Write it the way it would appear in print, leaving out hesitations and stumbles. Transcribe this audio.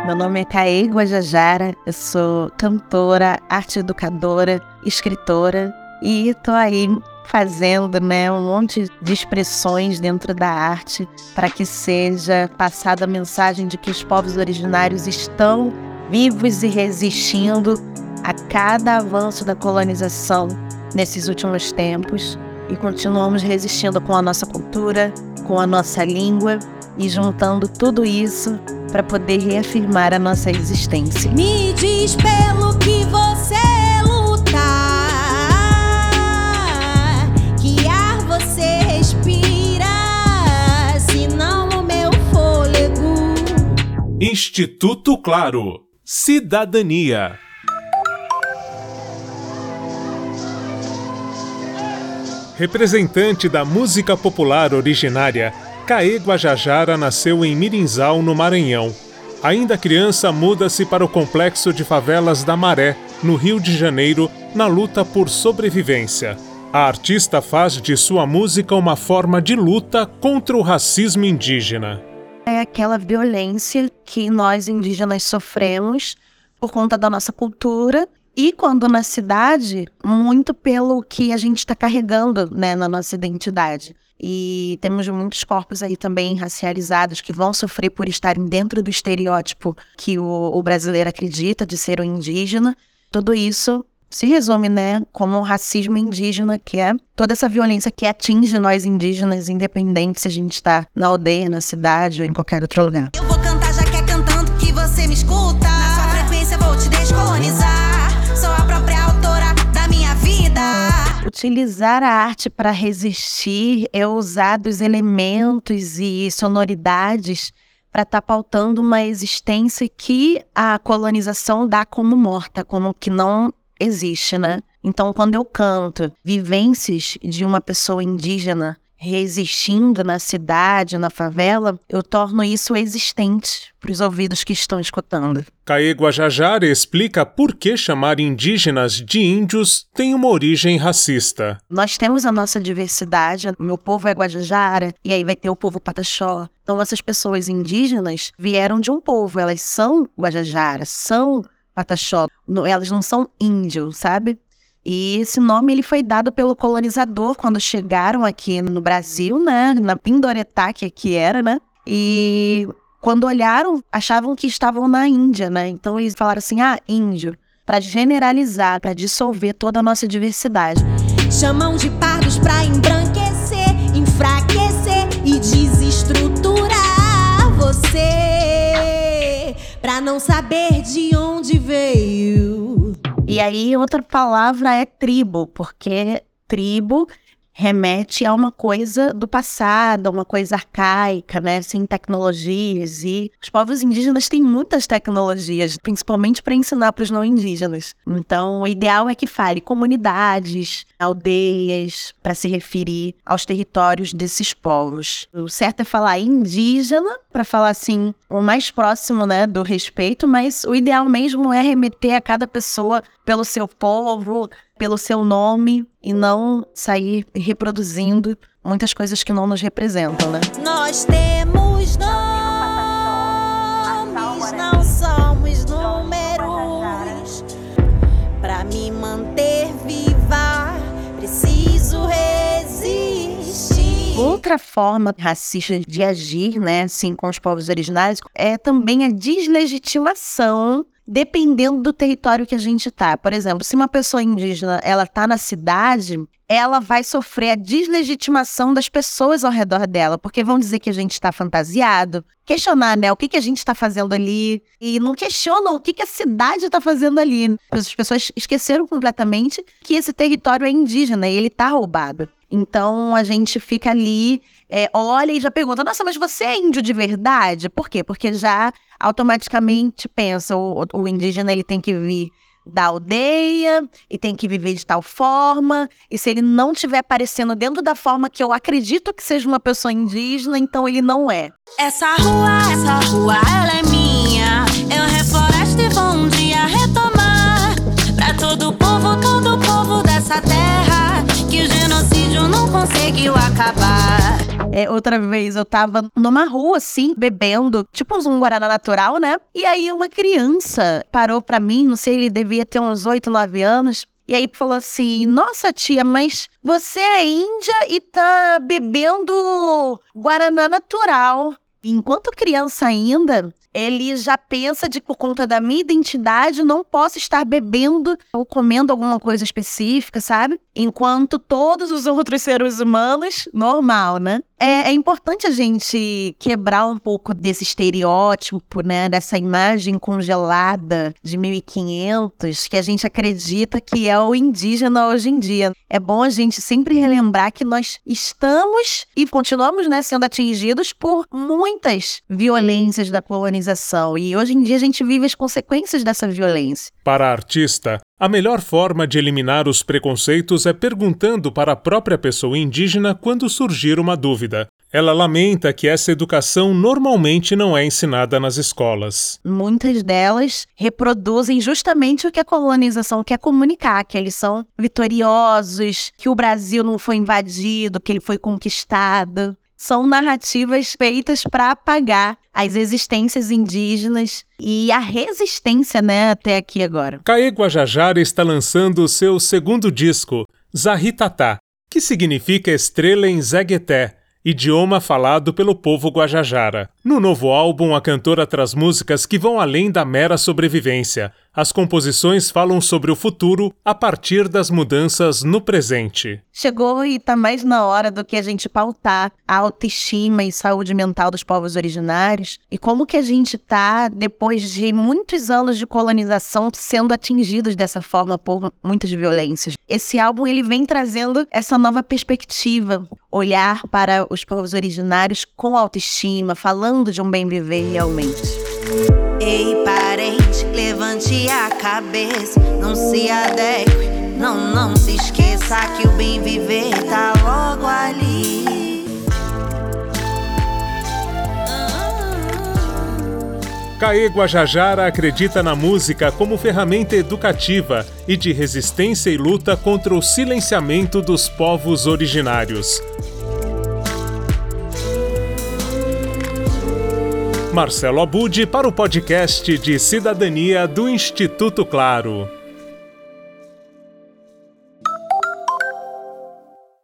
Meu nome é Caê Guajajara, eu sou cantora, arte educadora, escritora e tô aí fazendo, um monte de expressões dentro da arte para que seja passada a mensagem de que os povos originários estão vivos e resistindo a cada avanço da colonização nesses últimos tempos e continuamos resistindo com a nossa cultura, com a nossa língua e juntando tudo isso para poder reafirmar a nossa existência. Me diz pelo que você luta, que ar você respira, senão o meu fôlego. Instituto Claro. Cidadania. Representante da música popular originária, Caê Guajajara nasceu em Mirinzal, no Maranhão. Ainda criança, muda-se para o complexo de favelas da Maré, no Rio de Janeiro, na luta por sobrevivência. A artista faz de sua música uma forma de luta contra o racismo indígena. É aquela violência que nós indígenas sofremos por conta da nossa cultura e, quando na cidade, muito pelo que a gente está carregando, na nossa identidade. E temos muitos corpos aí também racializados que vão sofrer por estarem dentro do estereótipo que o brasileiro acredita de ser o indígena. Tudo isso se resume, como o racismo indígena, que é toda essa violência que atinge nós indígenas, independente se a gente está na aldeia, na cidade ou em qualquer outro lugar. Eu vou cantar já que é cantando que você me escuta. Na sua frequência vou te descolonizar. Sou a própria autora da minha vida. Utilizar a arte para resistir é usar dos elementos e sonoridades para estar pautando uma existência que a colonização dá como morta, como que não existe, Então, quando eu canto vivências de uma pessoa indígena resistindo na cidade, na favela, eu torno isso existente para os ouvidos que estão escutando. Caê Guajajara explica por que chamar indígenas de índios tem uma origem racista. Nós temos a nossa diversidade, o meu povo é Guajajara, e aí vai ter o povo Pataxó. Então, essas pessoas indígenas vieram de um povo, elas são Guajajara, são Pataxó, elas não são índios, sabe? E esse nome ele foi dado pelo colonizador quando chegaram aqui no Brasil, na Pindoretá, que aqui era, E quando olharam, achavam que estavam na Índia, Então eles falaram assim, índio, para generalizar, para dissolver toda a nossa diversidade. Chamam de pardos pra embranquecer, enfraquecer e desestruturar você, pra não saber de onde veio. E aí outra palavra é tribo, porque tribo remete a uma coisa do passado, a uma coisa arcaica, sem tecnologias. E os povos indígenas têm muitas tecnologias, principalmente para ensinar para os não indígenas. Então, o ideal é que fale comunidades, aldeias, para se referir aos territórios desses povos. O certo é falar indígena, para falar assim, o mais próximo, do respeito, mas o ideal mesmo é remeter a cada pessoa pelo seu povo, pelo seu nome, e não sair reproduzindo muitas coisas que não nos representam, Nós temos nomes, não somos números. Pra me manter viva, preciso resistir. Outra forma racista de agir, assim, com os povos originários, é também a deslegitimação, dependendo do território que a gente tá. Por exemplo, se uma pessoa indígena, ela tá na cidade, ela vai sofrer a deslegitimação das pessoas ao redor dela, porque vão dizer que a gente está fantasiado, questionar, o que a gente está fazendo ali, e não questionam o que a cidade está fazendo ali. As pessoas esqueceram completamente que esse território é indígena e ele tá roubado. Então, a gente fica ali, olha e já pergunta, nossa, mas você é índio de verdade? Por quê? Porque já automaticamente pensa, o indígena ele tem que vir da aldeia e tem que viver de tal forma, e se ele não estiver aparecendo dentro da forma que eu acredito que seja uma pessoa indígena, então ele não é. Essa rua, ela é minha, eu refloresto e vou um dia retomar pra todo o povo dessa terra, que o genocídio não consegue conseguiu acabar. Outra vez eu tava numa rua, assim, bebendo, tipo um guaraná natural, né? E aí uma criança parou pra mim, não sei, ele devia ter uns 8, 9 anos. E aí falou assim, nossa tia, mas você é índia e tá bebendo guaraná natural. Enquanto criança ainda, ele já pensa de por conta da minha identidade, não posso estar bebendo ou comendo alguma coisa específica, sabe? Enquanto todos os outros seres humanos, normal, né? É importante a gente quebrar um pouco desse estereótipo, né? Dessa imagem congelada de 1500, que a gente acredita que é o indígena hoje em dia. É bom a gente sempre relembrar que nós estamos e continuamos, né, sendo atingidos por muitas violências da colonização. E hoje em dia a gente vive as consequências dessa violência. Para a artista, a melhor forma de eliminar os preconceitos é perguntando para a própria pessoa indígena quando surgir uma dúvida. Ela lamenta que essa educação normalmente não é ensinada nas escolas. Muitas delas reproduzem justamente o que a colonização quer comunicar, que eles são vitoriosos, que o Brasil não foi invadido, que ele foi conquistado. São narrativas feitas para apagar as existências indígenas e a resistência, né, até aqui agora. Caê Guajajara está lançando o seu segundo disco, Zahitatá, que significa estrela em Zegueté, idioma falado pelo povo Guajajara. No novo álbum, a cantora traz músicas que vão além da mera sobrevivência. As composições falam sobre o futuro a partir das mudanças no presente. Chegou e tá mais na hora do que a gente pautar a autoestima e saúde mental dos povos originários e como que a gente tá, depois de muitos anos de colonização, sendo atingidos dessa forma por muitas violências. Esse álbum, ele vem trazendo essa nova perspectiva, olhar para os povos originários com autoestima, falando de um bem viver realmente. Ei, parente, levante a cabeça, não se adeque, não se esqueça que o bem viver tá logo ali. Caê Guajajara acredita na música como ferramenta educativa e de resistência e luta contra o silenciamento dos povos originários. Marcelo Abud para o podcast de Cidadania do Instituto Claro.